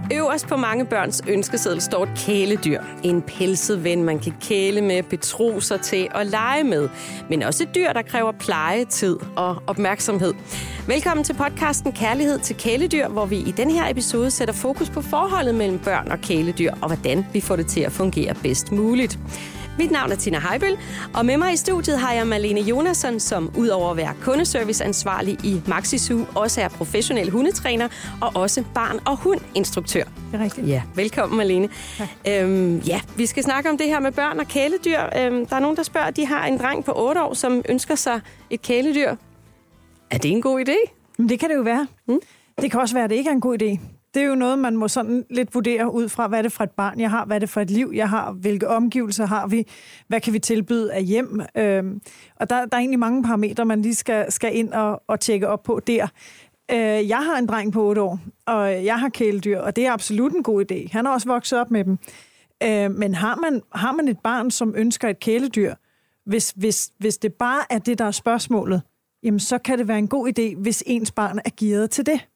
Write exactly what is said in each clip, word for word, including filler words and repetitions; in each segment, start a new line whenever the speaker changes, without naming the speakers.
Øverst på mange børns ønskeseddel står et kæledyr. En pelset ven, man kan kæle med, betro sig til og lege med. Men også et dyr, der kræver pleje, tid og opmærksomhed. Velkommen til podcasten Kærlighed til kæledyr, hvor vi i den her episode sætter fokus på forholdet mellem børn og kæledyr, og hvordan vi får det til at fungere bedst muligt. Mit navn er Tina Heibel, og med mig i studiet har jeg Malene Jonasson, som udover at være kundeserviceansvarlig i Maxi-Zoo, også er professionel hundetræner og også barn- og hundinstruktør.
Det er rigtigt.
Ja, velkommen Malene. Øhm, ja, vi skal snakke om det her med børn og kæledyr. Øhm, der er nogen, der spørger, at de har en dreng på otte år, som ønsker sig et kæledyr. Er det en god idé?
Men det kan det jo være. Mm. Det kan også være, at det ikke er en god idé. Det er jo noget, man må sådan lidt vurdere ud fra, hvad er det for et barn, jeg har, hvad er det for et liv, jeg har, hvilke omgivelser har vi, hvad kan vi tilbyde af hjem. Øhm, og der, der er egentlig mange parametre, man lige skal, skal ind og, og tjekke op på der. Øh, jeg har en dreng på otte år, og jeg har kæledyr, og det er absolut en god idé. Han har også vokset op med dem. Øh, men har man, har man et barn, som ønsker et kæledyr, hvis, hvis, hvis det bare er det, der er spørgsmålet, jamen så kan det være en god idé, hvis ens barn er gearet til det.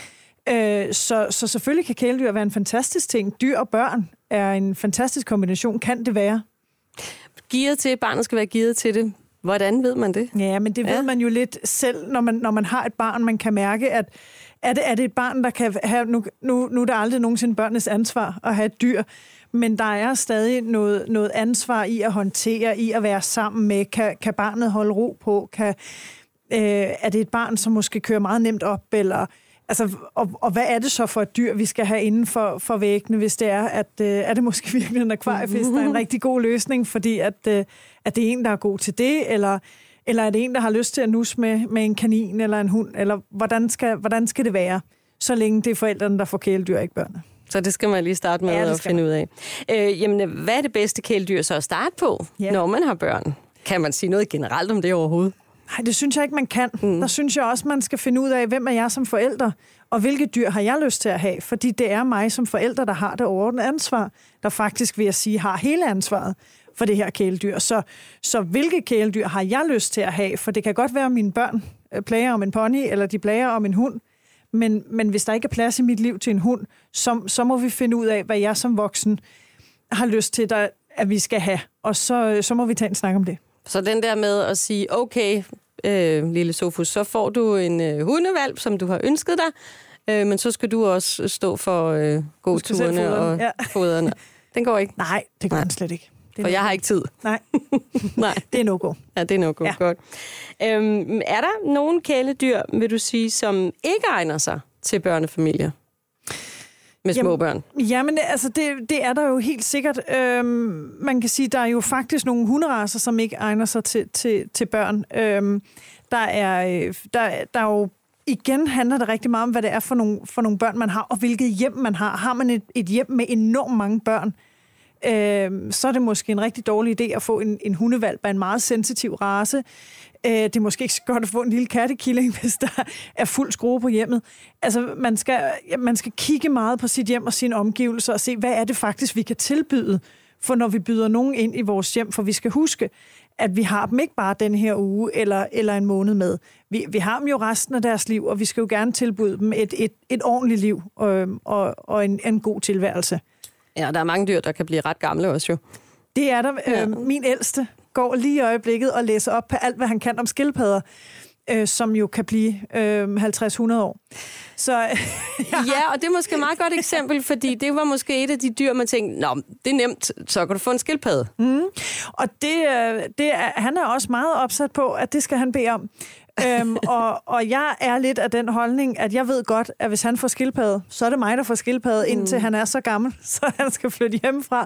Så, så selvfølgelig kan kæledyr være en fantastisk ting. Dyr og børn er en fantastisk kombination. Kan det være?
Gearet til, barnet skal være gearet til det. Hvordan ved man det?
Ja, men det ved ja. man jo lidt selv, når man, når man har et barn. Man kan mærke, at er det, er det et barn, der kan have... Nu, nu, nu er der aldrig nogensinde børnenes ansvar at have et dyr, men der er stadig noget, noget ansvar i at håndtere, i at være sammen med. Kan, kan barnet holde ro på? Kan, øh, er det et barn, som måske kører meget nemt op, eller... Altså, og, og hvad er det så for et dyr, vi skal have inden for, for væggene, hvis det er, at øh, er det måske virkelig en akvariefisk, der er en rigtig god løsning, fordi at, øh, at det er en, der er god til det, eller, eller er det en, der har lyst til at nusse med, med en kanin eller en hund, eller hvordan skal, hvordan skal det være, så længe det er forældrene, der får kæledyr, ikke børnene.
Så det skal man lige starte med
ja,
at finde man. ud af. Øh, jamen, hvad er det bedste kæledyr så at starte på, ja. når man har børn? Kan man sige noget generelt om det overhovedet?
Nej, det synes jeg ikke, man kan. Mm. Der synes jeg også, man skal finde ud af, hvem er jeg som forælder, og hvilke dyr har jeg lyst til at have, fordi det er mig som forælder, der har det overordnede ansvar, der faktisk, vil jeg sige, har hele ansvaret for det her kæledyr. Så, så hvilke kæledyr har jeg lyst til at have? For det kan godt være, at mine børn plager om en pony, eller de plager om en hund, men, men hvis der ikke er plads i mit liv til en hund, så, så må vi finde ud af, hvad jeg som voksen har lyst til, der, at vi skal have, og så, så må vi tage en snak om det.
Så den der med at sige, okay, øh, lille Sofus, så får du en øh, hundevalp, som du har ønsket dig, øh, men så skal du også stå for øh, gåturene og ja. foderne. Den går ikke?
Nej, det går den slet ikke.
For jeg har ikke tid.
Nej, Nej. Det er no-go.
Ja, det er no-go. Ja. Godt. Øhm, er der nogle kæledyr, vil du sige, som ikke egner sig til børnefamilier? Med små børn?
Jamen, altså, det, det er der jo helt sikkert. Øhm, man kan sige, der er jo faktisk nogle hunderacer, som ikke egner sig til, til, til børn. Øhm, der, er, der, der er jo, igen handler det rigtig meget om, hvad det er for nogle, for nogle børn, man har, og hvilket hjem man har. Har man et, et hjem med enormt mange børn, øhm, så er det måske en rigtig dårlig idé at få en, en hundevalp af en meget sensitiv race. Det er måske ikke så godt at få en lille kattekilling, hvis der er fuld skrue på hjemmet. Altså, man skal, man skal kigge meget på sit hjem og sine omgivelser og se, hvad er det faktisk, vi kan tilbyde, for når vi byder nogen ind i vores hjem, for vi skal huske, at vi har dem ikke bare den her uge eller, eller en måned med. Vi, vi har dem jo resten af deres liv, og vi skal jo gerne tilbyde dem et, et, et ordentligt liv og, og, og en, en god tilværelse.
Ja, der er mange dyr, der kan blive ret gamle også jo.
Det er der. Ja. Øh, min ældste går lige i øjeblikket og læser op på alt, hvad han kan om skildpadder, øh, som jo kan blive øh, halvtreds til hundrede år. Så, ja.
ja, og det er måske et meget godt eksempel, fordi det var måske et af de dyr, man tænkte, nå, det er nemt, så kan du få en skildpadde.
Mm. Og det, det er, han er også meget opsat på, at det skal han bede om. øhm, og, og jeg er lidt af den holdning, at jeg ved godt, at hvis han får skildpadde, så er det mig, der får skildpadde, mm. indtil han er så gammel, så han skal flytte hjemmefra.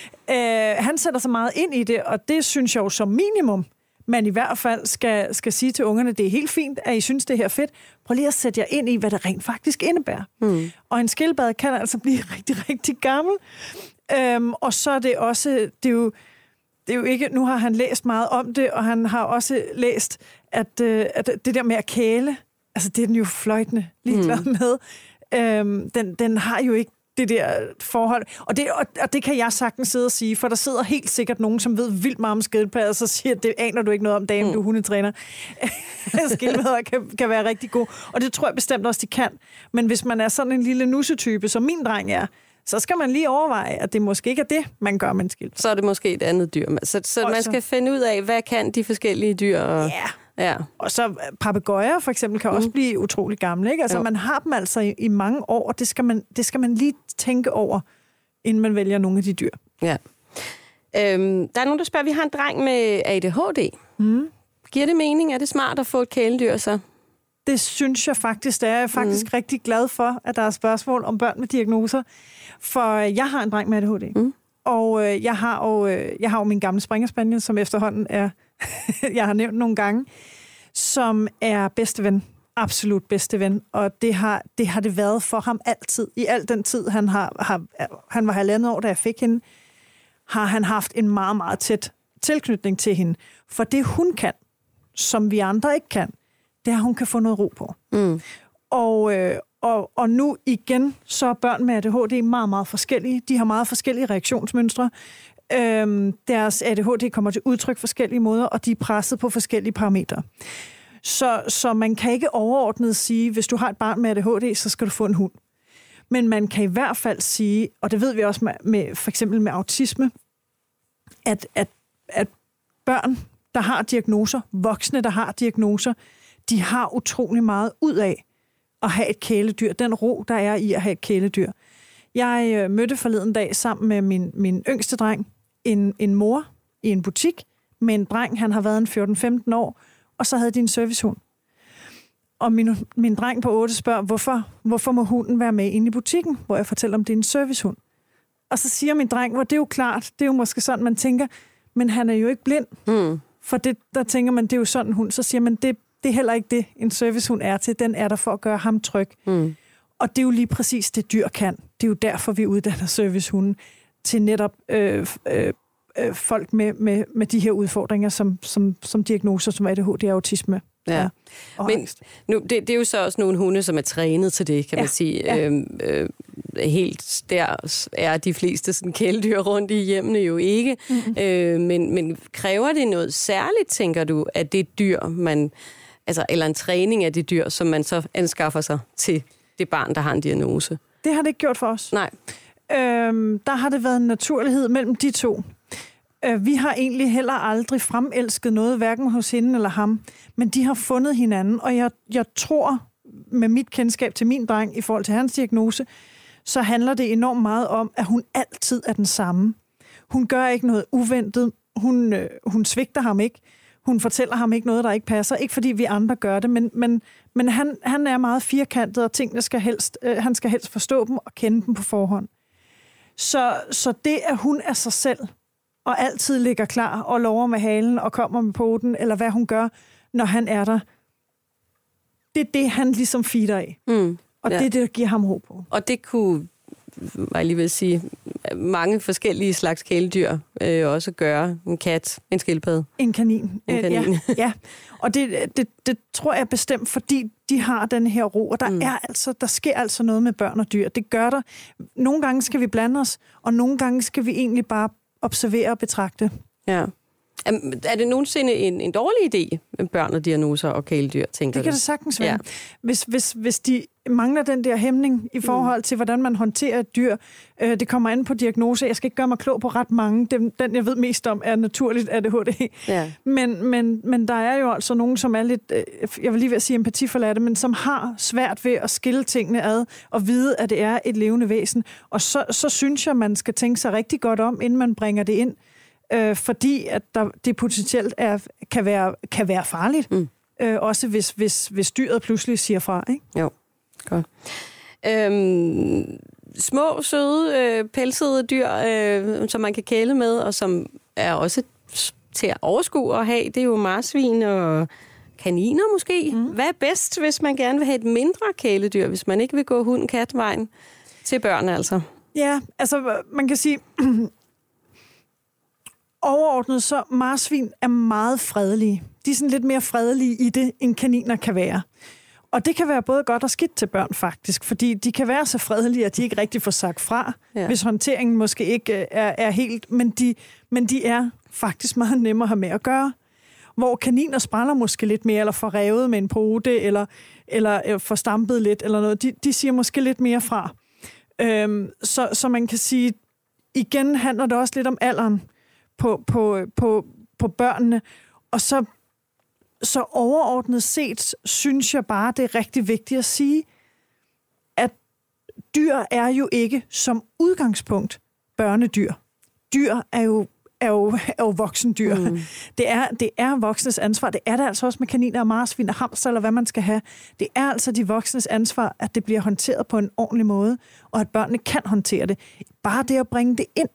Øh, han sætter sig meget ind i det, og det synes jeg jo som minimum, man i hvert fald skal, skal sige til ungerne, det er helt fint, at I synes, det her er fedt. Prøv lige at sætte jer ind i, hvad det rent faktisk indebærer. Mm. Og en skildpadde kan altså blive rigtig, rigtig gammel. Øhm, og så er det også, det er jo, det er jo ikke, nu har han læst meget om det, og han har også læst, at, øh, at det der med at kæle, altså det er den jo fløjtende ligeglad mm. med. Øhm, den, den har jo ikke det der forhold. Og det, og, og det kan jeg sagtens sidde og sige, for der sidder helt sikkert nogen, som ved vildt meget om skildpadder, så siger, at det aner du ikke noget om, dagen mm. du er hundetræner. Skildpadder kan, kan være rigtig god. Og det tror jeg bestemt også, de kan. Men hvis man er sådan en lille nussetype, som min dreng er, så skal man lige overveje, at det måske ikke er det, man gør med en skildpadde.
Så er det måske et andet dyr. Så, så man skal finde ud af, hvad kan de forskellige dyr... Og...
Ja.
Ja.
Og så papegøjer for eksempel kan mm. også blive utrolig gamle, ikke? Altså jo. Man har dem altså i, i mange år, og det skal, man, det skal man lige tænke over, inden man vælger nogle af de dyr.
Ja. Øhm, der er nogen, der spørger, vi har en dreng med A D H D.
Mm.
Giver det mening? Er det smart at få et kæledyr så?
Det synes jeg faktisk, det er. Jeg er faktisk mm. rigtig glad for, at der er spørgsmål om børn med diagnoser. For jeg har en dreng med A D H D. Mm. Og øh, jeg, har jo, øh, jeg har jo min gamle springerspaniel, som efterhånden er... jeg har nævnt nogle gange, som er bedste ven. Absolut bedste ven. Og det har, det har det været for ham altid. I al den tid, han, har, har, han var halvandet år, da jeg fik hende, har han haft en meget, meget tæt tilknytning til hende. For det hun kan, som vi andre ikke kan, det er, at hun kan få noget ro på. Mm. Og, øh, og, og nu igen, så er børn med A D H D meget, meget forskellige. De har meget forskellige reaktionsmønstre. Øhm, deres A D H D kommer til udtryk forskellige måder, og de er presset på forskellige parametre. Så, så man kan ikke overordnet sige, hvis du har et barn med A D H D, så skal du få en hund. Men man kan i hvert fald sige, og det ved vi også med, med for eksempel med autisme, at, at, at børn, der har diagnoser, voksne, der har diagnoser, de har utrolig meget ud af at have et kæledyr. Den ro, der er i at have et kæledyr. Jeg øh, mødte forleden dag sammen med min, min yngste dreng, en, en mor i en butik, med en dreng, han har været en fjorten femten år, og så havde de en servicehund. Og min, min dreng på otte spørger, hvorfor, hvorfor må hunden være med inde i butikken, hvor jeg fortæller, om det er en servicehund. Og så siger min dreng, hvor det er jo klart, det er jo måske sådan, man tænker, men han er jo ikke blind. Mm. For det, der tænker man, det er jo sådan en hund. Så siger man, det, det er heller ikke det, en servicehund er til. Den er der for at gøre ham tryg. Mm. Og det er jo lige præcis det, dyr kan. Det er jo derfor, vi uddanner servicehunden til netop øh, øh, øh, folk med, med, med de her udfordringer, som, som, som diagnoser, som A D H D og autisme.
Ja. Ja. Men nu, det, det er jo så også nogle hunde, som er trænet til det, kan ja. man sige. Ja. Øhm, øh, helt der er de fleste sådan kæledyr rundt i hjemmene jo ikke. Mm-hmm. Øh, men, men kræver det noget særligt, tænker du, at det dyr, man, altså, eller en træning af det dyr, som man så anskaffer sig til det barn, der har en diagnose?
Det har det ikke gjort for os.
Nej.
Øhm, der har det været en naturlighed mellem de to. Øh, vi har egentlig heller aldrig fremelsket noget, hverken hos hende eller ham, men de har fundet hinanden, og jeg, jeg tror, med mit kendskab til min dreng i forhold til hans diagnose, så handler det enormt meget om, at hun altid er den samme. Hun gør ikke noget uventet. Hun, øh, hun svigter ham ikke. Hun fortæller ham ikke noget, der ikke passer. Ikke fordi vi andre gør det, men, men, men han, han er meget firkantet, og tingene skal helst, øh, han skal helst forstå dem og kende dem på forhånd. Så, så det, at hun er sig selv, og altid ligger klar og lover med halen og kommer med poten, eller hvad hun gør, når han er der, det er det, han ligesom feeder af. Mm, og ja. det er det, der giver ham ro på.
Og det kunne, jeg lige vil sige, mange forskellige slags kæledyr øh, også gøre. En kat, en skildpadde.
En kanin.
En kanin.
Ja, ja. Og det, det, det tror jeg bestemt, fordi de har den her ro, og der, mm. er altså, der sker altså noget med børn og dyr. Det gør der. Nogle gange skal vi blande os, og nogle gange skal vi egentlig bare observere og betragte.
Ja. Er det nogensinde en, en dårlig idé med børn og diagnoser og kæledyr, tænker du?
Det kan det sagtens være. Ja. Hvis, hvis, hvis de mangler den der hæmning i forhold til, hvordan man håndterer et dyr, øh, det kommer an på diagnose. Jeg skal ikke gøre mig klog på ret mange. Den, den jeg ved mest om, er naturligt A D H D. Ja. Men, men, men der er jo altså nogen, som er lidt, øh, jeg vil lige ved at sige empatiforladte, men som har svært ved at skille tingene ad og vide, at det er et levende væsen. Og så, så synes jeg, man skal tænke sig rigtig godt om, inden man bringer det ind. Øh, fordi at der, det potentielt er, kan, være, kan være farligt. Mm. Øh, også hvis, hvis, hvis dyret pludselig siger fra, ikke?
Jo, godt. Øhm, små, søde, øh, pelsede dyr, øh, som man kan kæle med, og som er også til at overskue og have, det er jo marsvin og kaniner måske. Mm. Hvad er bedst, hvis man gerne vil have et mindre kæledyr, hvis man ikke vil gå hund-kat-vejen til børn, altså?
Ja, altså man kan sige... Overordnet så, marsvin er meget fredelige. De er sådan lidt mere fredelige i det, end kaniner kan være. Og det kan være både godt og skidt til børn, faktisk, fordi de kan være så fredelige, at de ikke rigtig får sagt fra, ja. Hvis håndteringen måske ikke er, er helt, men de, men de er faktisk meget nemmere at have med at gøre. Hvor kaniner spræller måske lidt mere, eller får revet med en pote, eller, eller får stampet lidt, eller noget. De, de siger måske lidt mere fra. Øhm, så, så man kan sige, igen handler det også lidt om alderen på, på, på, på børnene, og så Så overordnet set, synes jeg bare, det er rigtig vigtigt at sige, at dyr er jo ikke som udgangspunkt børnedyr. Dyr er jo, er jo, er jo voksendyr. Mm. Det, er, det er voksnes ansvar. Det er det altså også med kaniner og marsvin og hamster, eller hvad man skal have. Det er altså de voksnes ansvar, at det bliver håndteret på en ordentlig måde, og at børnene kan håndtere det. Bare det at bringe det ind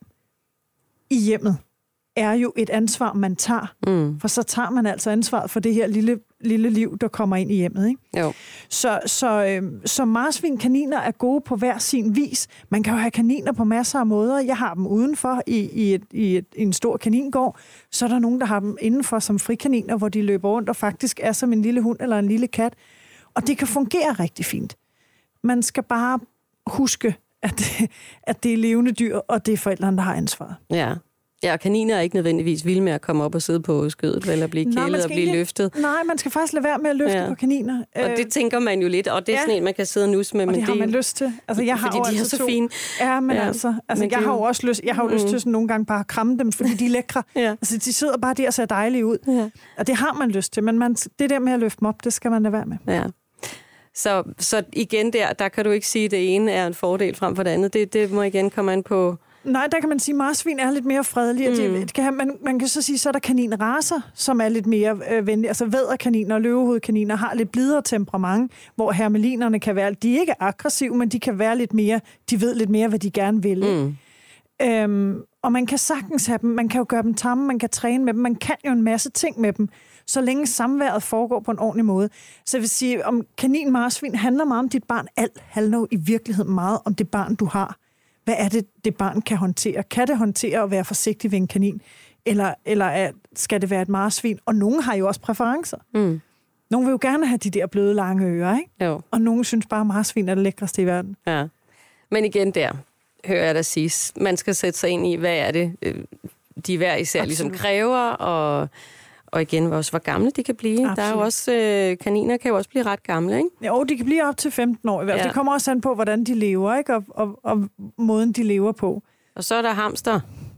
i hjemmet, er jo et ansvar, man tager. Mm. For så tager man altså ansvaret for det her lille, lille liv, der kommer ind i hjemmet. Ikke?
Jo.
Så, så, øh, så marsvin, kaniner er gode på hver sin vis. Man kan jo have kaniner på masser af måder. Jeg har dem udenfor i, i, et, i, et, i en stor kaningård. Så er der nogen, der har dem indenfor som frikaniner, hvor de løber rundt og faktisk er som en lille hund eller en lille kat. Og det kan fungere rigtig fint. Man skal bare huske, at det, at det er levende dyr, og det er forældrene, der har ansvaret.
Ja. Ja, og kaniner er ikke nødvendigvis vilde med at komme op og sidde på skødet, eller blive kælet og blive ikke løftet.
Nej, man skal faktisk lade være med at løfte ja. på kaniner.
Og det tænker man jo lidt, og det er ja. sådan en, man kan sidde og nusse med.
Og
men
det har
det,
man lyst til. Altså, jeg
fordi
har
de er
altså
så
to.
fine.
Ja, men
ja.
altså, altså
men
jeg
det,
har jo også lyst, jeg har jo mm. lyst til sådan nogle gange bare at kramme dem, fordi de er lækre. ja. Altså, de sidder bare der og ser dejlige ud. Ja. Og det har man lyst til, men man, det der med at løfte dem op, det skal man lade være med.
Ja. Så, så igen der, der kan du ikke sige, at det ene er en fordel frem for det andet. Det, det må igen komme an på...
Nej, der kan man sige, at marsvin er lidt mere fredelige. Mm. Det, det kan have, man, man kan så sige, så er der kaninracer, som er lidt mere øh, venlige. Altså vædderkaniner og løvehovedkaniner har lidt blidere temperament, hvor hermelinerne kan være, de er ikke aggressive, men de kan være lidt mere, de ved lidt mere, hvad de gerne vil. Mm. Øhm, og man kan sagtens have dem, man kan jo gøre dem tamme, man kan træne med dem, man kan jo en masse ting med dem, så længe samværet foregår på en ordentlig måde. Så jeg vil sige, om kanin-marsvin handler meget om dit barn. Alt handler jo i virkeligheden meget om det barn, du har. Hvad er det, det barn kan håndtere? Kan det håndtere at være forsigtig ved en kanin? Eller, eller er, skal det være et marsvin? Og nogen har jo også præferencer. Mm. Nogle vil jo gerne have de der bløde, lange ører, ikke?
Jo.
Og nogen synes bare, at marsvin er det lækreste i verden.
Ja. Men igen der, hører jeg dig sige, man skal sætte sig ind i, hvad er det, de hver især ligesom kræver, og... Og igen også, hvor gamle de kan blive. Absolut. Der er jo også, øh, kaniner kan jo også blive ret gamle, ikke?
Jo, de kan blive op til femten år i hvert fald. Ja. Det kommer også an på, hvordan de lever, ikke? Og, og, og måden, de lever på.
Og så er der hamster.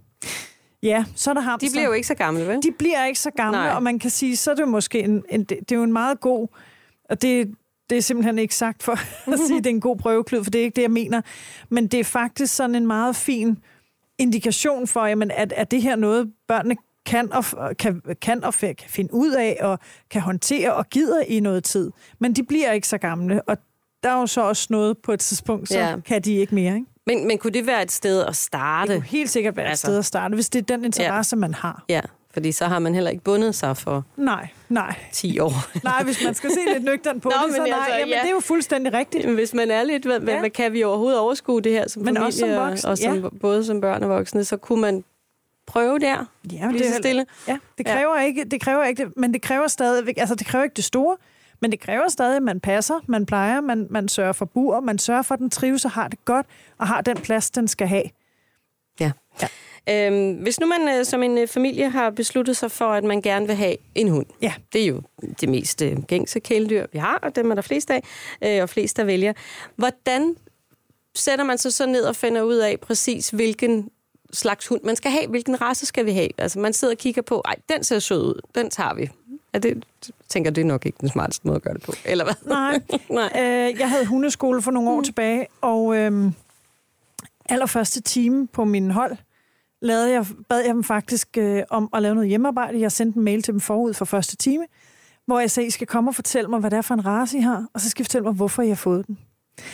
Ja, så er der hamster.
De bliver jo ikke så gamle, vel?
De bliver ikke så gamle, Nej. Og man kan sige, så er det jo måske en, en, det er jo en meget god, og det, det er simpelthen ikke sagt for at sige, det er en god prøveklud, for det er ikke det, jeg mener. Men det er faktisk sådan en meget fin indikation for, jamen, at, at det her noget, børnene kan og, kan, kan og kan finde ud af, og kan håndtere og gider i noget tid. Men de bliver ikke så gamle, og der er jo så også noget på et tidspunkt, så ja. kan de ikke mere, ikke?
Men, men kunne det være et sted at starte?
Det kunne helt sikkert være altså. et sted at starte, hvis det er den interesse, ja. man har.
Ja, fordi så har man heller ikke bundet sig for
nej, nej.
ti år.
Nej, hvis man skal se lidt nøgtern på
Nå,
det, så nej. Altså, jamen, ja. det er jo fuldstændig rigtigt.
Men hvis man er lidt, hvad, ja. hvad kan vi overhovedet overskue det her som
men
familie,
også som voksen,
og som,
ja.
både som børn og voksne, så kunne man prøve der,
ja,
lige så stille.
Ja, det kræver, ja. Ikke, det kræver ikke, men det kræver stadig, altså det kræver ikke det store, men det kræver stadig, at man passer, man plejer, man, man sørger for bur, man sørger for, at den trives og har det godt, og har den plads, den skal have.
Ja. ja. Øhm, hvis nu man øh, som en øh, familie har besluttet sig for, at man gerne vil have en hund,
ja.
det er jo det mest øh, gængse kæledyr, vi har, og dem er der flest af, øh, og flest der vælger. Hvordan sætter man sig så ned og finder ud af præcis, hvilken slags hund man skal have, hvilken race skal vi have? Altså man sidder og kigger på, ej, den ser sød ud, den tager vi. Er det, tænker det er nok ikke den smarteste måde at gøre det på, eller hvad?
Nej, Nej. Øh, jeg havde hundeskole for nogle år mm. tilbage, og øh, allerførste time på min hold, lavede jeg, bad jeg dem faktisk øh, om at lave noget hjemmearbejde. Jeg sendte en mail til dem forud for første time, hvor jeg sagde, I skal komme og fortælle mig, hvad det er for en race, I har, og så skal I fortælle mig, hvorfor I har fået den.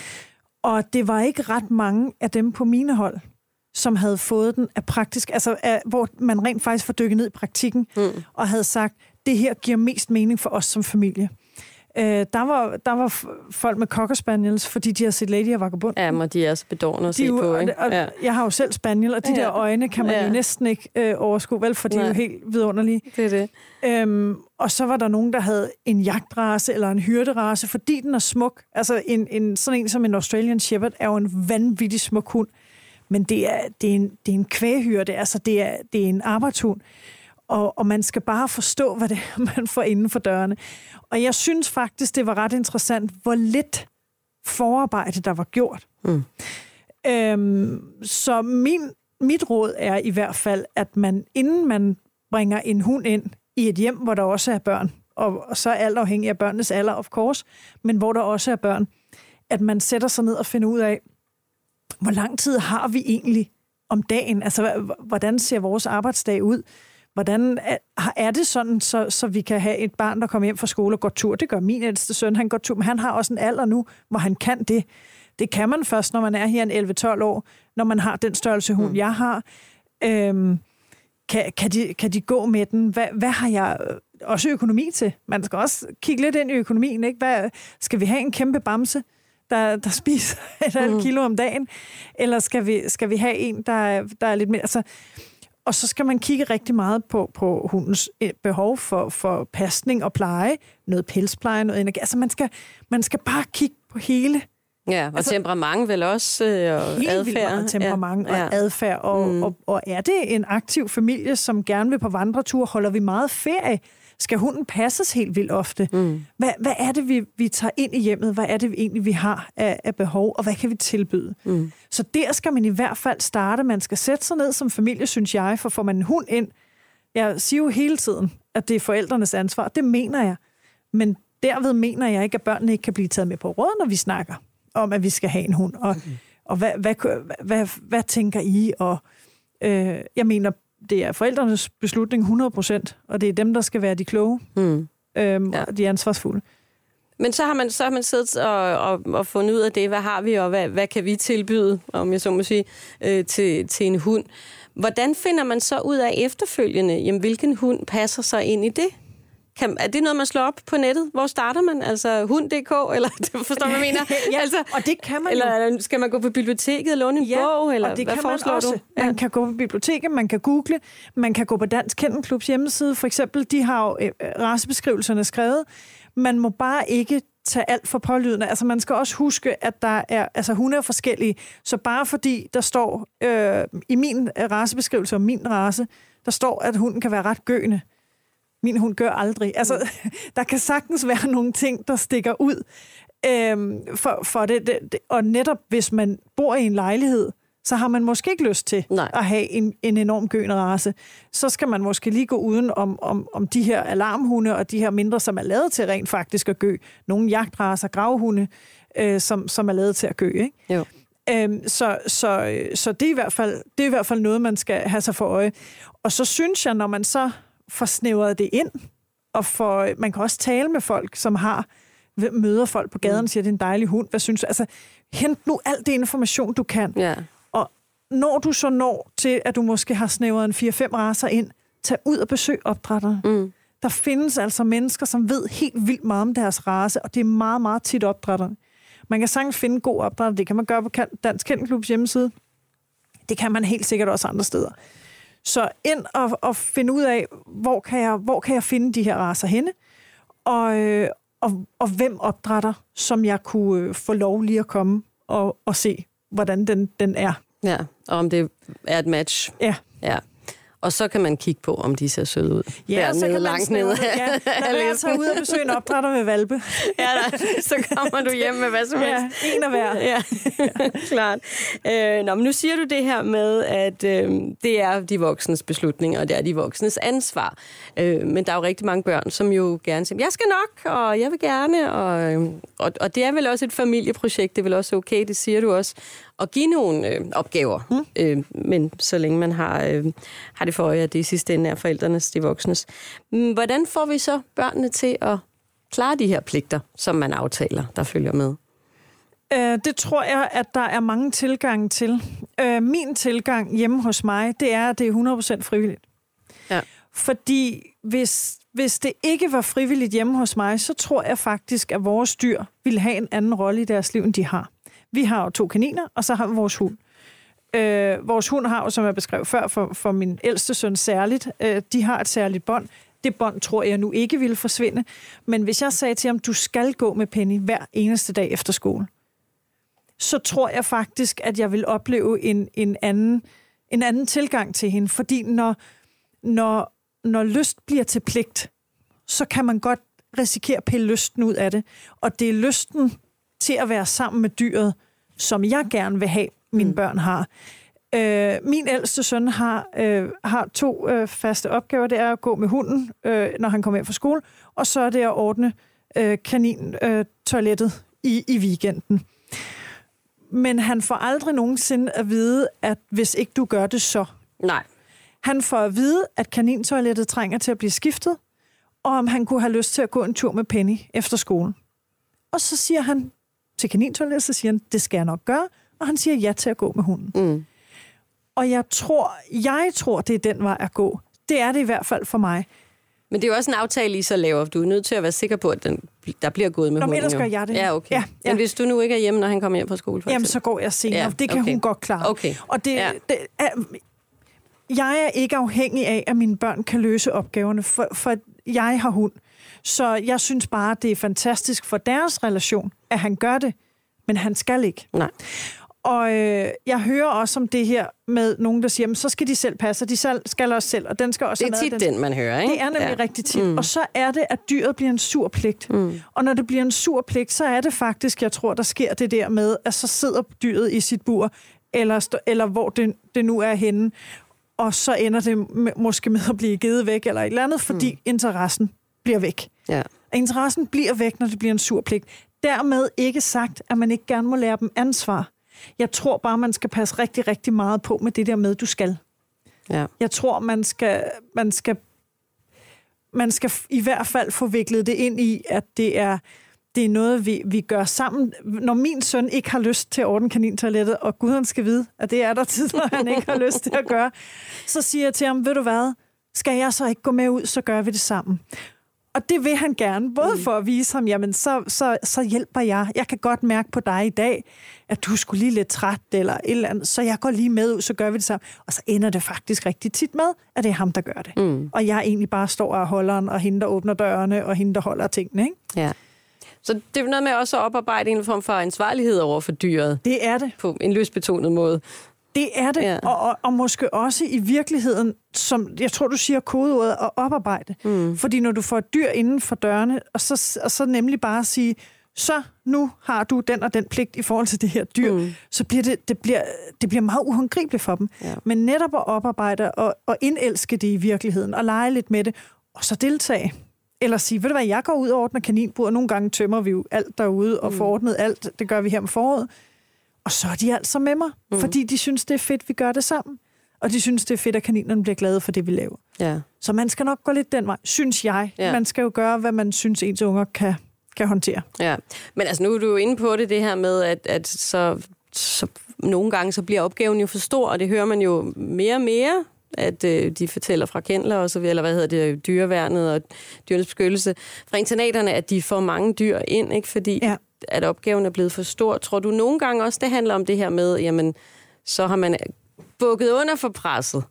Og det var ikke ret mange af dem på mine hold, som havde fået den af praktisk, altså af, hvor man rent faktisk får dykket ned i praktikken, mm. og havde sagt, det her giver mest mening for os som familie. Øh, der, var, der var f- folk med cocker spaniels, fordi de har set Lady og Vagabond.
Ja, men de er så bedårende at
de
se
jo,
på, ikke?
Og, og
ja.
Jeg har jo selv spaniel, og de ja. der øjne kan man ja. jo næsten ikke øh, overskue, vel, for de Nej. er jo helt vidunderlige.
Det er det.
Øhm, og så var der nogen, der havde en jagtrace eller en hyrderace, fordi den er smuk. Altså en, en, sådan en som en Australian Shepherd er jo en vanvittig smuk hund. Men det er, det er en, det er en kvæghyrde, altså det er, det er en arbejdshund. Og, og man skal bare forstå, hvad det er, man får inden for dørene. Og jeg synes faktisk, det var ret interessant, hvor lidt forarbejde, der var gjort. Mm. Øhm, så min, mit råd er i hvert fald, at man, inden man bringer en hund ind i et hjem, hvor der også er børn, og, og så er alt afhængig af børnenes alder, of course, men hvor der også er børn, at man sætter sig ned og finder ud af, hvor lang tid har vi egentlig om dagen? Altså, hvordan ser vores arbejdsdag ud? Hvordan er, er det sådan, så, så vi kan have et barn, der kommer hjem fra skole og går tur? Det gør min ældste søn, han går tur, men han har også en alder nu, hvor han kan det. Det kan man først, når man er her en elleve tolv år, når man har den størrelse hund, mm. jeg har. Øhm, kan, kan, de, kan de gå med den? Hvad, hvad har jeg også økonomi til? Man skal også kigge lidt ind i økonomien, ikke? Hvad, skal vi have en kæmpe bamse, der, der spiser et halvt mm. kilo om dagen? Eller skal vi, skal vi have en, der, der er lidt mere... Altså, og så skal man kigge rigtig meget på, på hundens behov for, for pasning og pleje, noget pelspleje, noget energi. Altså man skal, man skal bare kigge på hele.
Ja, og altså, temperament vel også, øh, og
helt
adfærd.
Helt temperament ja, ja. og adfærd. Og, mm. og, og er det en aktiv familie, som gerne vil på vandretur, holder vi meget ferie? Skal hunden passes helt vildt ofte? Mm. Hvad, hvad er det, vi, vi tager ind i hjemmet? Hvad er det egentlig, vi har af, af behov? Og hvad kan vi tilbyde? Mm. Så der skal man i hvert fald starte. Man skal sætte sig ned som familie, synes jeg, for får man en hund ind. Jeg siger jo hele tiden, at det er forældrenes ansvar. Det mener jeg. Men derved mener jeg ikke, at børnene ikke kan blive taget med på råd, når vi snakker om, at vi skal have en hund. Og, okay. og hvad, hvad, hvad, hvad, hvad tænker I? Og øh, jeg mener, det er forældrenes beslutning hundrede procent, og det er dem, der skal være de kloge, mm. øhm, ja. og de ansvarsfulde.
Men så har man, så har man siddet og, og, og fundet ud af det, hvad har vi, og hvad, hvad kan vi tilbyde, om jeg så må sige, øh, til, til en hund. Hvordan finder man så ud af efterfølgende, jamen, hvilken hund passer sig ind i det? Kan, er det noget, man slår op på nettet? Hvor starter man? Altså hund punktum d k, eller forstår man, mener?
ja,
altså,
og det kan man
eller
jo.
skal man gå på biblioteket og låne en
ja,
bog? Eller
og det
hvad
kan man også.
du?
Man
ja.
kan gå på biblioteket, man kan google, man kan gå på Dansk Kennel Klubs hjemmeside. For eksempel, de har jo øh, racebeskrivelserne skrevet. Man må bare ikke tage alt for pålydende. Altså man skal også huske, at der er, altså hunde er forskellige. Så bare fordi der står øh, i min racebeskrivelse om min race, der står, at hunden kan være ret gøende. Min hund gør aldrig. Altså, der kan sagtens være nogle ting, der stikker ud øhm, for, for det, det, det. Og netop hvis man bor i en lejlighed, så har man måske ikke lyst til Nej. at have en, en enorm gøende race. Så skal man måske lige gå uden om, om, om de her alarmhunde og de her mindre, som er lavet til rent faktisk at gø. Nogle jagtracer, gravhunde, øh, som, som er lavet til at gø. Ikke?
Jo.
Øhm, så så, så det, er i hvert fald, det er i hvert fald noget, man skal have sig for øje. Og så synes jeg, når man så får snævret det ind, og for, man kan også tale med folk, som har møder folk på gaden og siger, det er en dejlig hund. Hvad synes du? Altså, hent nu al det information, du kan.
Ja.
Og når du så når til, at du måske har snævret en fire fem racer ind, tag ud og besøg opdrættere. Mm. Der findes altså mennesker, som ved helt vildt meget om deres race, og det er meget, meget tit opdrætterne. Man kan sagtens finde god opdrætter. Det kan man gøre på Dansk Kennel Klubs hjemmeside. Det kan man helt sikkert også andre steder. Så ind og, og finde ud af, hvor kan, jeg, hvor kan jeg finde de her racer henne, og, øh, og, og hvem opdrætter, som jeg kunne øh, få lov lige at komme og, og se, hvordan den, den er.
Ja, og om det er et match.
Ja.
Ja. Og så kan man kigge på, om de ser søde ud.
Ja, så kan langt man snævre, ja. Lad være at tage ud og besøge en opdrætter med valpe.
Ja, da, så kommer du hjem med hvad som helst.
Ja, en af hver.
Ja, klart. Øh, nå, men nu siger du det her med, at øh, det er de voksnes beslutninger, og det er de voksnes ansvar. Øh, men der er jo rigtig mange børn, som jo gerne siger, jeg skal nok, og jeg vil gerne. Og, og, og det er vel også et familieprojekt, det er vel også okay, det siger du også, at give nogle øh, opgaver. Mm. Øh, men så længe man har, øh, har det for øje, at det i sidste ende er forældrenes, de voksnes. Hvordan får vi så børnene til at klare de her pligter, som man aftaler, der følger med?
Øh, det tror jeg, at der er mange tilgange til. Øh, min tilgang hjemme hos mig, det er, at det er hundrede procent frivilligt.
Ja.
Fordi hvis, hvis det ikke var frivilligt hjemme hos mig, så tror jeg faktisk, at vores dyr ville have en anden rolle i deres liv, end de har. Vi har jo to kaniner, og så har vi vores hund. Øh, vores hund har jo, som jeg beskrev før, for, for min ældste søn særligt, øh, de har et særligt bånd. Det bånd tror jeg nu ikke ville forsvinde. Men hvis jeg sagde til ham, du skal gå med Penny hver eneste dag efter skole, så tror jeg faktisk, at jeg vil opleve en, en, anden, en anden tilgang til hende. Fordi når, når, når lyst bliver til pligt, så kan man godt risikere at pille lysten ud af det. Og det er lysten til at være sammen med dyret, som jeg gerne vil have, mine mm. børn har. Øh, min ældste søn har, øh, har to øh, faste opgaver. Det er at gå med hunden, øh, når han kommer hjem fra skole, og så er det at ordne øh, kanintoilettet øh, i, i weekenden. Men han får aldrig nogensinde at vide, at hvis ikke du gør det, så.
Nej.
Han får at vide, at kanintoilettet trænger til at blive skiftet, og om han kunne have lyst til at gå en tur med Penny efter skolen. Og så siger han til kanintoilettet, så siger han, det skal jeg nok gøre, og han siger ja til at gå med hunden. Mm. Og jeg tror, jeg tror, det er den vej at gå. Det er det i hvert fald for mig.
Men det er jo også en aftale, I så laver. Du er nødt til at være sikker på, at den, der bliver gået med
Nå,
hunden.
Nå, ellers gør jeg det.
Ja, okay.
Ja, ja.
Men hvis du nu ikke er hjemme, når han kommer hjem fra skole, for
Jamen,
eksempel.
så går jeg senere. Ja, det kan
okay.
hun godt klare.
Okay.
Og det,
ja.
det er, jeg er ikke afhængig af, at mine børn kan løse opgaverne, for, for jeg har hund. Så jeg synes bare, det er fantastisk for deres relation, at han gør det, men han skal ikke.
Nej.
Og øh, jeg hører også om det her med nogen, der siger, jamen, så skal de selv passe, de selv, skal også selv, og den skal også
det er
have
tit
den,
den, man hører, ikke?
Det er nemlig ja. rigtig tit.
Mm.
Og så er det, at dyret bliver en sur pligt. Mm. Og når det bliver en sur pligt, så er det faktisk, jeg tror, der sker det der med, at så sidder dyret i sit bur, eller, stå, eller hvor det, det nu er henne, og så ender det med, måske med at blive givet væk, eller et eller andet, fordi mm. interessen bliver væk.
Ja.
Interessen bliver væk, når det bliver en sur pligt. Dermed ikke sagt, at man ikke gerne må lære dem ansvar. Jeg tror bare, man skal passe rigtig, rigtig meget på med det der med, du skal.
Ja.
Jeg tror, man skal, man skal, man skal i hvert fald få viklet det ind i, at det er, det er noget, vi, vi gør sammen. Når min søn ikke har lyst til at ordne kanintoilettet, og Gud han skal vide, at det er der tid, når han ikke har lyst til at gøre, så siger jeg til ham, ved du hvad, skal jeg så ikke gå med ud, så gør vi det sammen. Og det vil han gerne, både for at vise ham, jamen så, så, så hjælper jeg. Jeg kan godt mærke på dig i dag, at du skulle lige lidt træt eller et eller andet, så jeg går lige med ud, så gør vi det sammen. Og så ender det faktisk rigtig tit med, at det er ham, der gør det. Mm. Og jeg egentlig bare står og holder den, og hende, der åbner dørene, og hende, der holder tingene, ikke?
Ja. Så det er noget med også at oparbejde en form for ansvarlighed over for dyret.
Det er det.
På en løsbetonet måde.
Det er det, ja. og, og, og måske også i virkeligheden, som jeg tror, du siger kodeordet, at oparbejde. Mm. Fordi når du får et dyr inden for dørene, og så, og så nemlig bare sige, så nu har du den og den pligt i forhold til det her dyr, mm. så bliver det, det, bliver, det bliver meget uhåndgribeligt for dem. Ja. Men netop at oparbejde og, og indelske det i virkeligheden, og lege lidt med det, og så deltage. Eller sige, ved du hvad, jeg går ud og ordner kaninbur, og nogle gange tømmer vi jo alt derude, og mm. får ordnet alt, det gør vi her om foråret. Og så er de altså med mig, mm. fordi de synes, det er fedt, vi gør det sammen. Og de synes, det er fedt, at kaninerne bliver glade for det, vi laver. Ja. Så man skal nok gå lidt den vej, synes jeg. Ja. Man skal jo gøre, hvad man synes, ens unger kan, kan håndtere. Ja,
men altså nu er du jo inde på det, det her med, at, at så, så nogle gange så bliver opgaven jo for stor, og det hører man jo mere og mere, at øh, de fortæller fra Kendler og så videre, eller hvad hedder det, dyreværnet og dyrenes beskyttelse, fra internaterne, at de får mange dyr ind, ikke? Fordi ja. at opgaven er blevet for stor. Tror du nogle gange også, det handler om det her med, jamen, så har man bukket under for presset,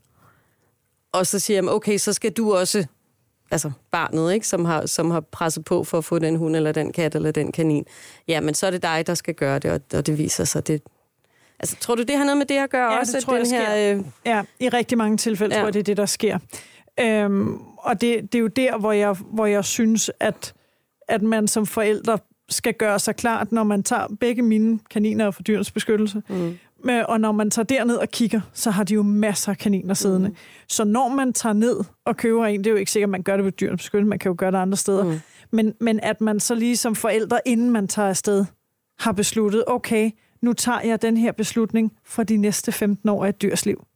og så siger man, okay, så skal du også, altså barnet, ikke, som har, som har presset på for at få den hund, eller den kat, eller den kanin, jamen, så er det dig, der skal gøre det, og, og det viser sig, det. Altså, tror du, det har noget med det at gøre
ja,
også?
Det tror den jeg, her, øh... Ja, i rigtig mange tilfælde ja. tror jeg, det er det, der sker. Øhm, og det, det er jo der, hvor jeg, hvor jeg synes, at, at man som forældre skal gøre sig klart, når man tager begge mine kaniner for dyrenes beskyttelse. Mm. Men, og når man tager derned og kigger, så har de jo masser af kaniner siddende. Mm. Så når man tager ned og køber en, det er jo ikke sikkert, at man gør det ved dyrenes beskyttelse, man kan jo gøre det andre steder. Mm. Men, men at man så lige som forældre, inden man tager afsted, har besluttet, okay, nu tager jeg den her beslutning for de næste femten år af et dyrs liv.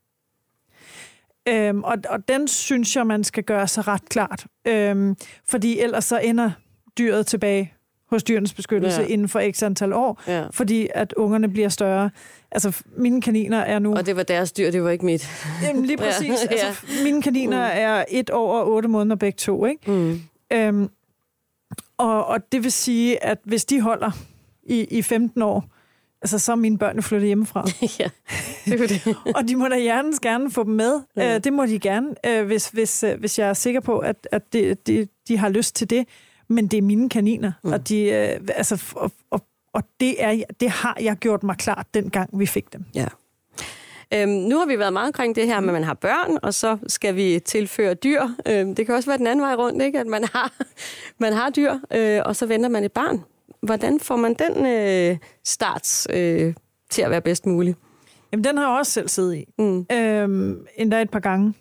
Øhm, og, og den synes jeg, man skal gøre sig ret klart. Øhm, fordi ellers så ender dyret tilbage hos Dyrenes Beskyttelse ja. inden for x antal år, ja. fordi at ungerne bliver større. Altså, mine kaniner er nu...
Og det var deres dyr, det var ikke mit.
Jamen, lige præcis. ja. Altså, mine kaniner mm. er et år og otte måneder begge to, ikke? Mm. Øhm, og, og det vil sige, at hvis de holder i, i femten år, altså, så er mine børn flyttet hjemmefra.
ja, det er det.
og de må da hjertens gerne få dem med. Ja. Øh, det må de gerne, øh, hvis, hvis, øh, hvis jeg er sikker på, at, at de, de, de har lyst til det. Men det er mine kaniner, mm. og, de, øh, altså, og, og, og det, er, det har jeg gjort mig klart, dengang vi fik dem.
Ja. Øhm, nu har vi været meget omkring det her med, at man har børn, og så skal vi tilføre dyr. Øhm, det kan også være den anden vej rundt, ikke? At man har, man har dyr, øh, og så venter man et barn. Hvordan får man den øh, start øh, til at være bedst mulig?
Jamen, den har jeg også selv siddet i. Mm. Øhm, endda et par gange.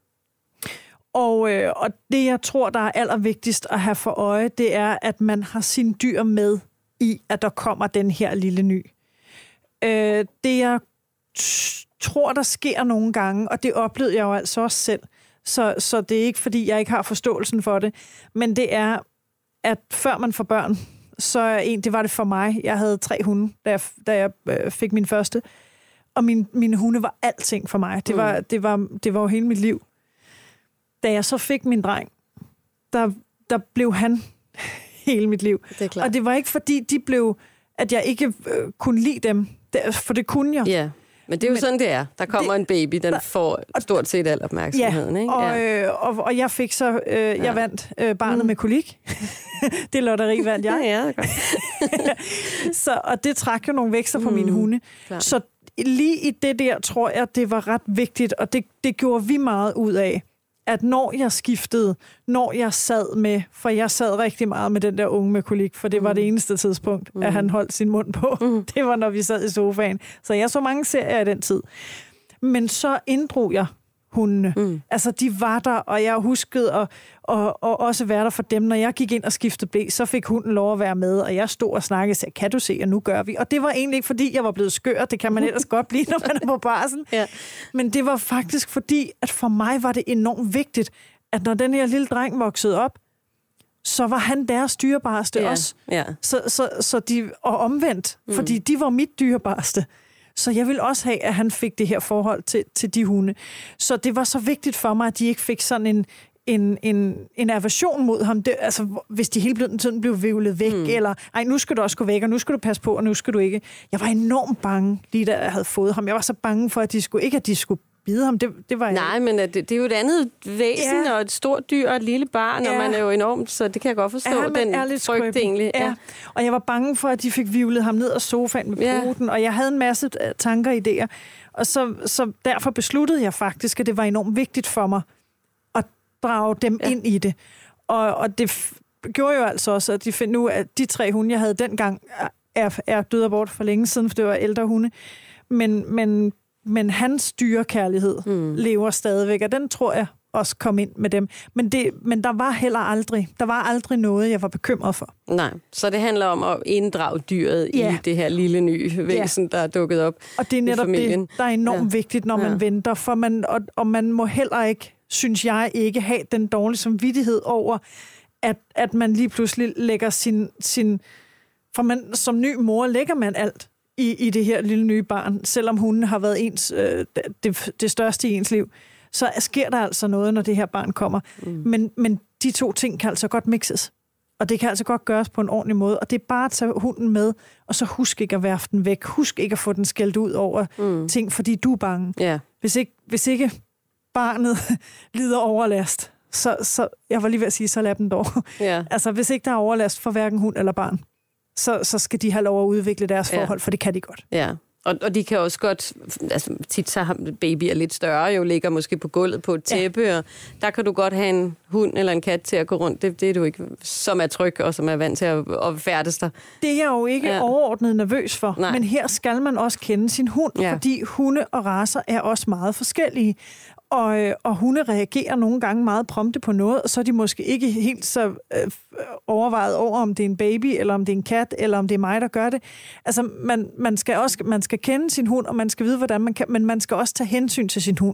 Og, øh, og det, jeg tror, der er allervigtigst at have for øje, det er, at man har sine dyr med i, at der kommer den her lille ny. Øh, det, jeg t- tror, der sker nogle gange, og det oplevede jeg jo altså også selv, så, så det er ikke, fordi jeg ikke har forståelsen for det, men det er, at før man får børn, så er en, det var det for mig. Jeg havde tre hunde, da jeg, da jeg øh, fik min første, og min, mine hunde var alting for mig. Det var, mm. det var, det var jo hele mit liv. Da jeg så fik min dreng, der, der blev han hele mit liv.
Det
og det var ikke fordi, de blev, at jeg ikke øh, kunne lide dem, for det kunne jeg.
Ja, men det er jo men, sådan, det er. Der kommer det, en baby, den der, får stort set al opmærksomheden.
Ja,
ikke?
Og, ja. øh, og, og jeg fik så, øh, jeg ja. vandt øh, barnet mm. med kolik. Det lotteri vandt jeg.
ja, det er godt.
så, og det trak jo nogle vækster på mm. mine hunde. Klar. Så lige i det der, tror jeg, det var ret vigtigt, og det, det gjorde vi meget ud af, at når jeg skiftede, når jeg sad med, for jeg sad rigtig meget med den der unge med kolik, for det var mm. det eneste tidspunkt, mm. at han holdt sin mund på. Mm. Det var, når vi sad i sofaen. Så jeg så mange serier i den tid. Men så inddrog jeg hundene. Mm. Altså, de var der, og jeg huskede at, at, at også være der for dem. Når jeg gik ind og skiftede ble, så fik hunden lov at være med, og jeg stod og snakkede og sagde, kan du se, og nu gør vi. Og det var egentlig ikke, fordi jeg var blevet skør. Det kan man ellers godt blive, når man er på barsel. Ja. Men det var faktisk fordi, at for mig var det enormt vigtigt, at når den her lille dreng voksede op, så var han deres dyrebareste ja. også. Ja. Så, så, så de, og omvendt, mm. fordi de var mit dyrebareste. Så jeg ville også have, at han fik det her forhold til, til de hunde. Så det var så vigtigt for mig, at de ikke fik sådan en, en, en, en aversion mod ham. Det, altså, hvis de hele tiden blev vævlet væk, mm. eller ej, nu skal du også gå væk, og nu skal du passe på, og nu skal du ikke. Jeg var enormt bange, lige da jeg havde fået ham. Jeg var så bange for, at de skulle ikke, at de skulle bide ham. Det, det var
Nej, men det, det er jo et andet væsen, ja. og et stort dyr og et lille barn, ja. og man er jo enormt, så det kan jeg godt forstå, ja, den frygt egentlig.
Ja. Ja. Og jeg var bange for, at de fik vivlet ham ned af sofaen med ja. poten, og jeg havde en masse tanker og idéer. Og så, så derfor besluttede jeg faktisk, at det var enormt vigtigt for mig at drage dem ja. ind i det. Og, og det f- gjorde jo altså også, at de find, nu, at de tre hunde, jeg havde dengang, er, er døde bort for længe siden, for det var ældre hunde. Men, men Men hans dyrekærlighed mm. lever stadigvæk, og den tror jeg også kom ind med dem. Men, det, men der var heller aldrig, der var aldrig noget, jeg var bekymret for.
Nej, så det handler om at inddrage dyret ja. i det her lille nye væsen, ja. der er dukket op.
Og det er netop det, der er enormt ja. vigtigt, når man ja. venter, for man, og, og man må heller ikke, synes jeg, ikke have den dårlige samvittighed over, at, at man lige pludselig lægger sin, sin... For man, som ny mor lægger man alt i, i det her lille nye barn, selvom hunden har været ens, øh, det, det største i ens liv, så sker der altså noget, når det her barn kommer. Mm. Men, men de to ting kan altså godt mixes. Og det kan altså godt gøres på en ordentlig måde. Og det er bare at tage hunden med, og så husk ikke at værfe den væk. Husk ikke at få den skældt ud over mm. ting, fordi du er bange. Yeah. Hvis, ikke, hvis ikke barnet lider overlast, så, så jeg var lige ved at sige, så lad dem dog. Yeah. Altså, hvis ikke der er overlast for hverken hund eller barn, Så, så skal de have lov at udvikle deres forhold, ja. for det kan de godt.
Ja, og, og de kan også godt, altså tit så har babyer lidt større, jo ligger måske på gulvet på et tæppe, ja. og der kan du godt have en hund eller en kat til at gå rundt. Det, det er du ikke, som er tryg og som er vant til at, at færdes der.
Det er jeg jo ikke ja. overordnet nervøs for, Nej. men her skal man også kende sin hund, ja. fordi hunde og racer er også meget forskellige. Og, og hunde reagerer nogle gange meget prompte på noget, og så er de måske ikke helt så øh, overvejet over, om det er en baby, eller om det er en kat, eller om det er mig, der gør det. Altså, man, man skal også man skal kende sin hund, og man skal vide, hvordan man kan, men man skal også tage hensyn til sin hund.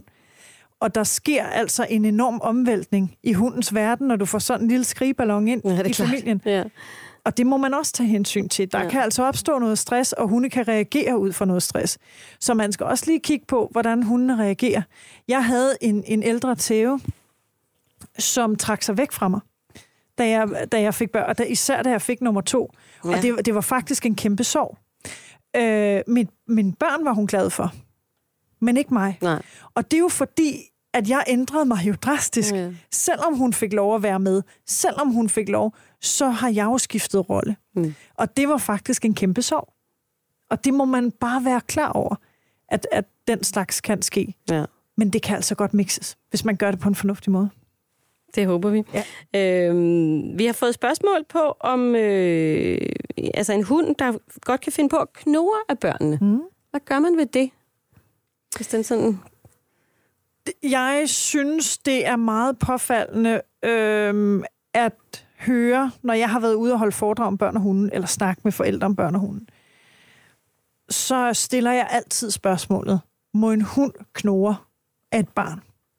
Og der sker altså en enorm omvæltning i hundens verden, når du får sådan en lille skrigeballon ind ja, i klart. familien. Ja. og det må man også tage hensyn til. Der ja. kan altså opstå noget stress, og hunde kan reagere ud for noget stress. Så man skal også lige kigge på, hvordan hundene reagerer. Jeg havde en, en ældre tæve, som trak sig væk fra mig, da jeg, da jeg fik børn, og da, især da jeg fik nummer to. Ja. Og det, det var faktisk en kæmpe sorg. Øh, mit, mine børn var hun glad for, men ikke mig.
Nej.
Og det er jo fordi, at jeg ændrede mig jo drastisk. Ja. Selvom hun fik lov at være med, selvom hun fik lov, så har jeg jo skiftet rolle. Mm. Og det var faktisk en kæmpe sorg. Og det må man bare være klar over, at, at den slags kan ske. Ja. Men det kan altså godt mixes, hvis man gør det på en fornuftig måde.
Det håber vi. Ja. Øhm, vi har fået spørgsmål på, om øh, altså en hund, der godt kan finde på at knurre af børnene. Mm. Hvad gør man ved det? Hvis den sådan...
Jeg synes, det er meget påfaldende øh, at høre, når jeg har været ude og holde foredrag om børn og hunde, eller snakke med forældre om børn og hunde, så stiller jeg altid spørgsmålet, må en hund knurre af et barn?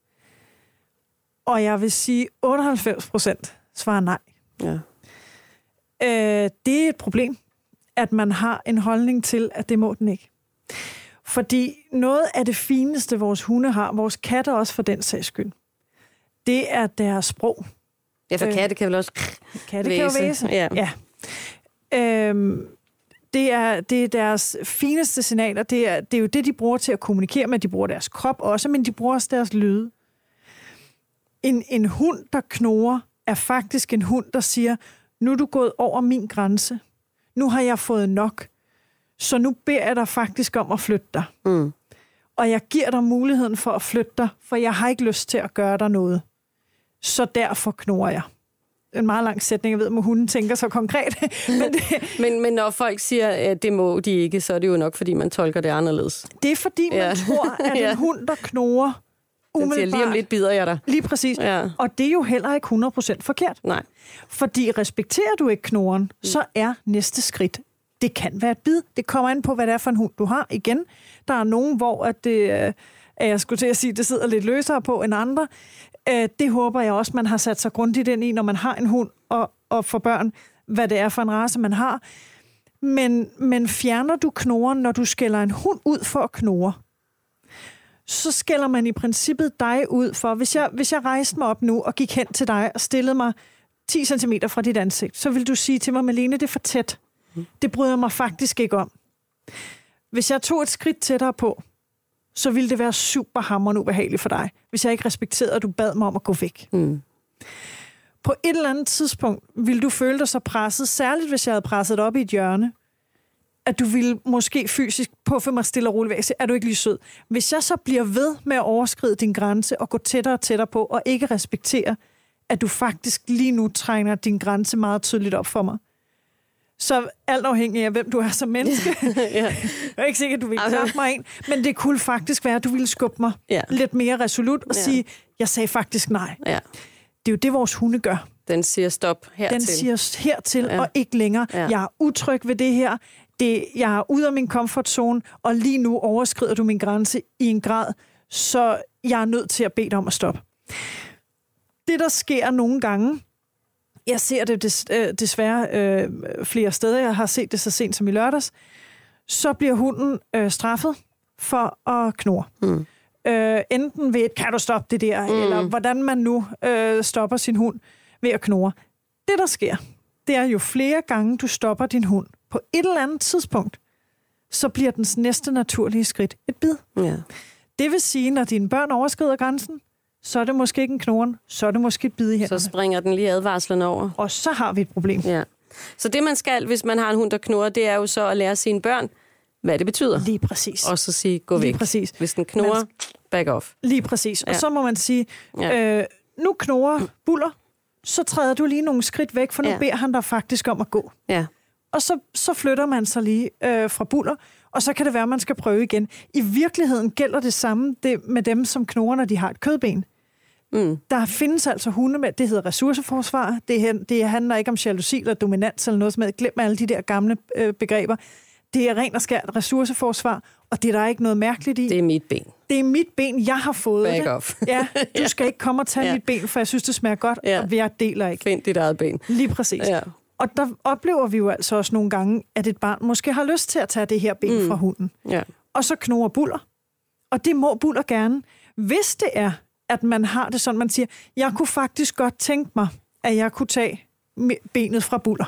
Og jeg vil sige, otteoghalvfems procent svarer nej. Ja. Øh, det er et problem, at man har en holdning til, at det må den ikke. Fordi noget af det fineste, vores hunde har, vores katter også for den sags skyld, det er deres sprog.
Ja, for katte kan vel også
katte væse. Kan jo væse. Ja. Ja. Øhm, det, er, det er deres fineste signaler. Det er, det er jo det, de bruger til at kommunikere med. De bruger deres krop også, men de bruger også deres lyde. En, en hund, der knurrer, er faktisk en hund, der siger, nu er du gået over min grænse. Nu har jeg fået nok. Så nu beder jeg dig faktisk om at flytte dig. Mm. Og jeg giver dig muligheden for at flytte dig, for jeg har ikke lyst til at gøre dig noget. Så derfor knurrer jeg. En meget lang sætning, jeg ved, at hunden tænker så konkret. men, det...
men, men når folk siger, at det må de ikke, så er det jo nok, fordi man tolker det anderledes.
Det er fordi, man ja. tror, at ja. en hund, der knurrer,
den siger, lige om lidt bider jeg dig.
Lige præcis. Ja. Og det er jo heller ikke hundrede procent forkert.
Nej.
Fordi respekterer du ikke knurren, mm. så er næste skridt, det kan være et bid. Det kommer an på, hvad det er for en hund, du har. Igen, der er nogen, hvor at det, at jeg skulle til at sige, det sidder lidt løsere på end andre. Det håber jeg også, man har sat sig grundigt ind i, når man har en hund og, og for børn, hvad det er for en race, man har. Men, men fjerner du knurren, når du skælder en hund ud for at knurre, så skælder man i princippet dig ud for, hvis jeg, hvis jeg rejste mig op nu og gik hen til dig og stillede mig ti centimeter fra dit ansigt, så vil du sige til mig, Malene, det er for tæt. Det bryder jeg mig faktisk ikke om. Hvis jeg tog et skridt tættere på, så ville det være super hamrende ubehageligt for dig, hvis jeg ikke respekterede, at du bad mig om at gå væk. Mm. På et eller andet tidspunkt ville du føle dig så presset, særligt hvis jeg havde presset dig op i et hjørne, at du ville måske fysisk puffe mig stille og roligt væk. Er du ikke lige sød? Hvis jeg så bliver ved med at overskride din grænse og gå tættere og tættere på, og ikke respektere, at du faktisk lige nu trænger din grænse meget tydeligt op for mig, så alt afhængig af, hvem du er som menneske. ja. Jeg er ikke sikker, at du ville klappe mig ind, men det kunne faktisk være, at du ville skubbe mig ja. lidt mere resolut og ja. sige, jeg sagde faktisk nej. Ja. Det er jo det, vores hunde gør.
Den siger stop hertil.
Den siger hertil ja. og ikke længere. Ja. Jeg er utryg ved det her. Det, jeg er ude af min comfort-zone, og lige nu overskrider du min grænse i en grad, så jeg er nødt til at bede dig om at stoppe. Det, der sker nogle gange, jeg ser det des, øh, desværre øh, flere steder, jeg har set det så sent som i lørdags, så bliver hunden øh, straffet for at knurre. Mm. Øh, enten ved et, kan du stoppe det der, mm. eller hvordan man nu øh, stopper sin hund ved at knurre. Det, der sker, det er jo flere gange, du stopper din hund. På et eller andet tidspunkt, så bliver dens næste naturlige skridt et bid. Ja. Det vil sige, når dine børn overskrider grænsen, så er det måske ikke en knurren, så er det måske et bid i hænderne.
Så springer den lige advarslerne over.
Og så har vi et problem.
Ja. Så det, man skal, hvis man har en hund, der knurrer, det er jo så at lære sine børn, hvad det betyder.
Lige præcis.
Og så sige, gå væk.
Lige præcis.
Hvis den knurrer, man... back off.
Lige præcis. Ja. Og så må man sige, ja. øh, nu knurrer Buller, så træder du lige nogle skridt væk, for nu ja. beder han dig faktisk om at gå. Ja. Og så, så flytter man sig lige øh, fra Buller, og så kan det være, at man skal prøve igen. I virkeligheden gælder det samme det med dem, som knurrer, når de har et kødben. Mm. Der findes altså hunde med, det hedder ressourceforsvar. Det, det handler ikke om jalousi eller dominans eller noget som helst. Glem alle de der gamle øh, begreber. Det er rent og skært ressourceforsvar, og det er der ikke noget mærkeligt i.
Det er mit ben.
Det er mit ben, jeg har fået
Back
det.
Off.
Ja, du skal ikke komme og tage ja. mit ben, for jeg synes, det smager godt, ja. og jeg deler ikke.
Find dit eget ben.
Lige præcis. Ja. Og der oplever vi jo altså også nogle gange, at et barn måske har lyst til at tage det her ben mm. fra hunden.
Ja.
Og så knurrer Buller. Og det må Buller gerne. Hvis det er, at man har det sådan, man siger, jeg kunne faktisk godt tænke mig, at jeg kunne tage benet fra Buller.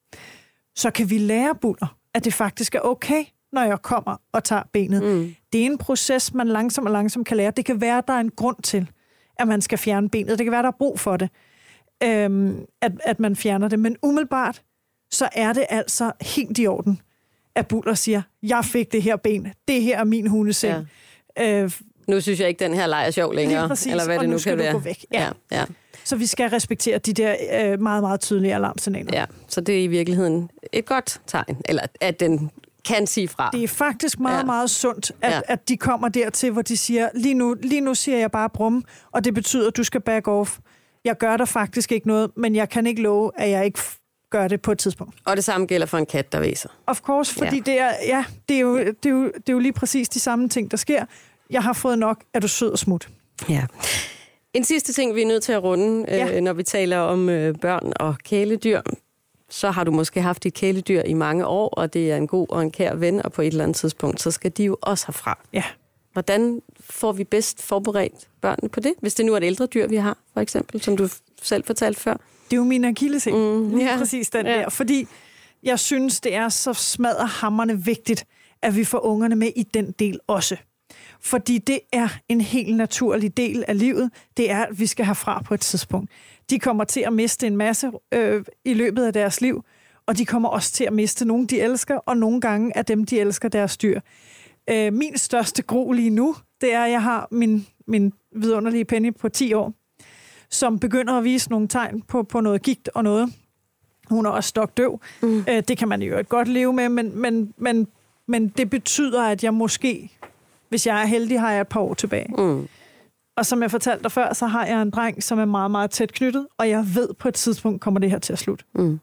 Så kan vi lære Buller, at det faktisk er okay, når jeg kommer og tager benet. Mm. Det er en proces, man langsomt og langsomt kan lære. Det kan være, at der er en grund til, at man skal fjerne benet. Det kan være, der er brug for det, øhm, at, at man fjerner det. Men umiddelbart, så er det altså helt i orden, at Buller siger, jeg fik det her ben. Det her er min hundeseng. Ja. Øh,
nu synes jeg ikke, den her leg er sjov længere.
Præcis,
eller hvad det nu, nu kan være.
Gå væk. Ja.
Ja, ja.
Så vi skal respektere de der øh, meget, meget tydelige alarmsignaler.
Ja, så det er i virkeligheden et godt tegn, eller at den kan sige fra.
Det er faktisk meget, ja. meget sundt, at,
ja.
at de kommer dertil, hvor de siger, lige nu, lige nu siger jeg bare brum, og det betyder, at du skal back off. Jeg gør der faktisk ikke noget, men jeg kan ikke love, at jeg ikke gør det på et tidspunkt.
Og det samme gælder for en kat, der væser.
Of course, fordi ja. det, er, ja, det, er jo, det, er jo, det er jo lige præcis de samme ting, der sker. Jeg har fået nok, at du sød og smut.
Ja. En sidste ting, vi er nødt til at runde, ja. øh, når vi taler om øh, børn og kæledyr. Så har du måske haft dit kæledyr i mange år, og det er en god og en kær ven, og på et eller andet tidspunkt, så skal de jo også herfra.
Ja.
Hvordan får vi bedst forberedt børnene på det? Hvis det nu er et ældre dyr, vi har, for eksempel, som du selv fortalte før.
Det er jo min akilleshæl.
Mm, ja.
Præcis den
ja.
der. Fordi jeg synes, det er så smadderhamrende vigtigt, at vi får ungerne med i den del også. Fordi det er en helt naturlig del af livet. Det er, at vi skal herfra på et tidspunkt. De kommer til at miste en masse øh, i løbet af deres liv, og de kommer også til at miste nogle, de elsker, og nogle gange af dem, de elsker deres dyr. Øh, min største gro lige nu, det er, at jeg har min, min vidunderlige Penny på ti år, som begynder at vise nogle tegn på, på noget gigt og noget. Hun er også stokdøv. Mm. Øh, det kan man jo ikke godt leve med, men, men, men, men det betyder, at jeg måske, hvis jeg er heldig, har jeg et par år tilbage. Mm. Og som jeg fortalte dig før, så har jeg en dreng, som er meget, meget tæt knyttet, og jeg ved, på et tidspunkt kommer det her til at slutte. Mm.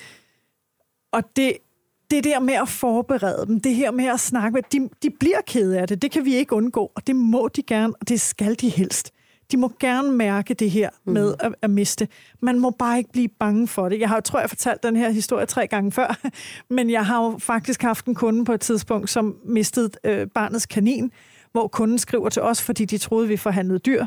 Og det, det der med at forberede dem, det her med at snakke med, de, de bliver kede af det, det kan vi ikke undgå, og det må de gerne, og det skal de helst. De må gerne mærke det her med mm. at, at miste. Man må bare ikke blive bange for det. Jeg har, tror, jeg har fortalt den her historie tre gange før, men jeg har jo faktisk haft en kunde på et tidspunkt, som mistede øh, barnets kanin, hvor kunden skriver til os, fordi de troede, vi forhandlede dyr.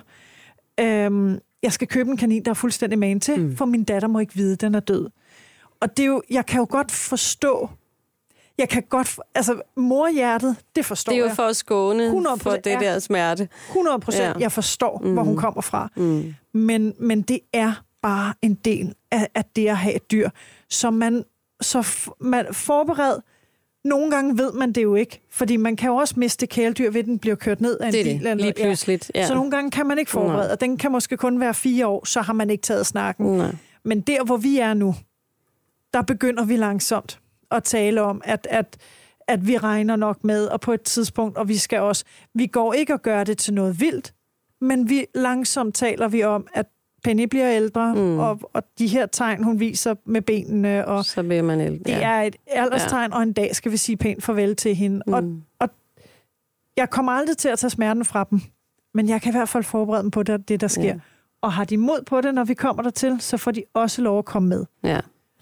Øhm, jeg skal købe en kanin, der er fuldstændig magen til, mm. for min datter må ikke vide, at den er død. Og det er jo, jeg kan jo godt forstå, jeg kan godt, altså morhjertet, det forstår jeg.
Det er jo for at skåne for det der smerte.
hundrede procent, ja. Jeg forstår, mm. hvor hun kommer fra. Mm. Men, men det er bare en del af, af det at have et dyr, som man så man forbered. Nogle gange ved man det jo ikke, fordi man kan jo også miste kæledyr, ved den bliver kørt ned af en
det
bil.
Det, lige pludseligt. Ja.
Så nogle gange kan man ikke forberede, og den kan måske kun være fire år, så har man ikke taget snakken.
Nej.
Men der, hvor vi er nu, der begynder vi langsomt at tale om, at, at, at vi regner nok med, og på et tidspunkt, og vi skal også, vi går ikke og gør det til noget vildt, men vi langsomt taler vi om, at Penny bliver ældre, mm. og, og de her tegn, hun viser med benene, og
så bliver man ældre.
Det er et alderstegn, ja. Og en dag skal vi sige pænt farvel til hende. Mm. Og, og jeg kommer aldrig til at tage smerten fra dem, men jeg kan i hvert fald forberede dem på det, det der sker. Ja. Og har de mod på det, når vi kommer dertil, så får de også lov at komme med.
Ja.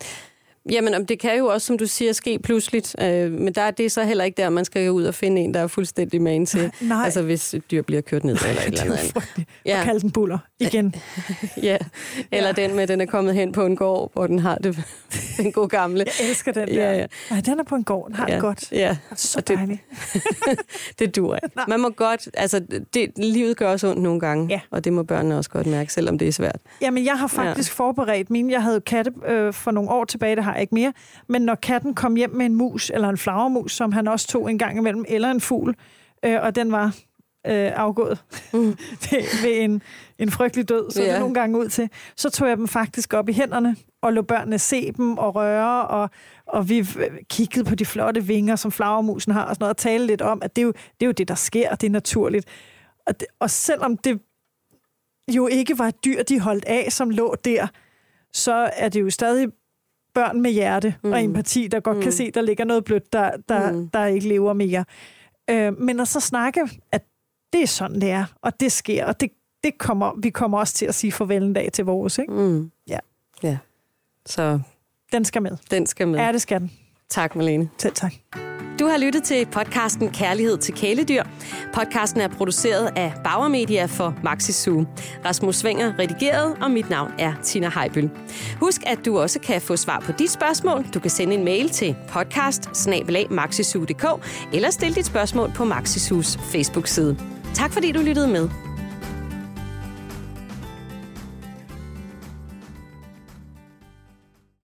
Jamen, det kan jo også, som du siger, ske pludseligt, øh, men der er det så heller ikke der, man skal ud og finde en, der er fuldstændig magen til.
Nej.
Altså, hvis et dyr bliver kørt ned eller et eller andet.
Det er jo ja. Og kalde den Buller igen.
Ja, eller ja. Den med, den er kommet hen på en gård, hvor den har det, den gode gamle.
Jeg elsker den der.
Ja, ja.
Nej, den er på en gård, den har
ja.
det godt.
Ja.
Så dejligt.
Det, det duer ikke. Man må godt, altså, det, livet gør også ondt nogle gange, ja. Og det må børnene også godt mærke, selvom det er svært.
Jamen, jeg har faktisk ja. forberedt mine. Jeg havde katte øh, for nogle år tilbage, det har jeg ikke mere. Men når katten kom hjem med en mus, eller en flagermus, som han også tog en gang imellem, eller en fugl, øh, og den var øh, afgået mm. ved en, en frygtelig død, så yeah. det nogle gange ud til, så tog jeg dem faktisk op i hænderne, og lå børnene se dem og røre, og, og vi kiggede på de flotte vinger, som flagermusen har, og sådan noget, og tale lidt om, at det er jo det, er jo det der sker, det er naturligt. Og, det, og selvom det jo ikke var et dyr, de holdt af, som lå der, så er det jo stadig børn med hjerte mm. og empati, der godt mm. kan se, der ligger noget blødt, der, der, mm. der ikke lever mere. Øh, men at så snakke, at det er sådan, det er, og det sker, og det, det kommer, vi kommer også til at sige farvel en dag til vores, ikke?
Mm.
Ja.
Ja. Så
Den skal med.
Den skal med.
Ja, det skal den.
Tak, Malene.
Selv tak.
Du har lyttet til podcasten Kærlighed til kæledyr. Podcasten er produceret af Bauer Media for Maxi Zoo. Rasmus Svinger redigeret, og mit navn er Tina Heibøl. Husk, at du også kan få svar på dit spørgsmål. Du kan sende en mail til podcast snabel-a maxizoo punktum d k eller stille dit spørgsmål på Maxi Zoos Facebook-side. Tak fordi du lyttede med.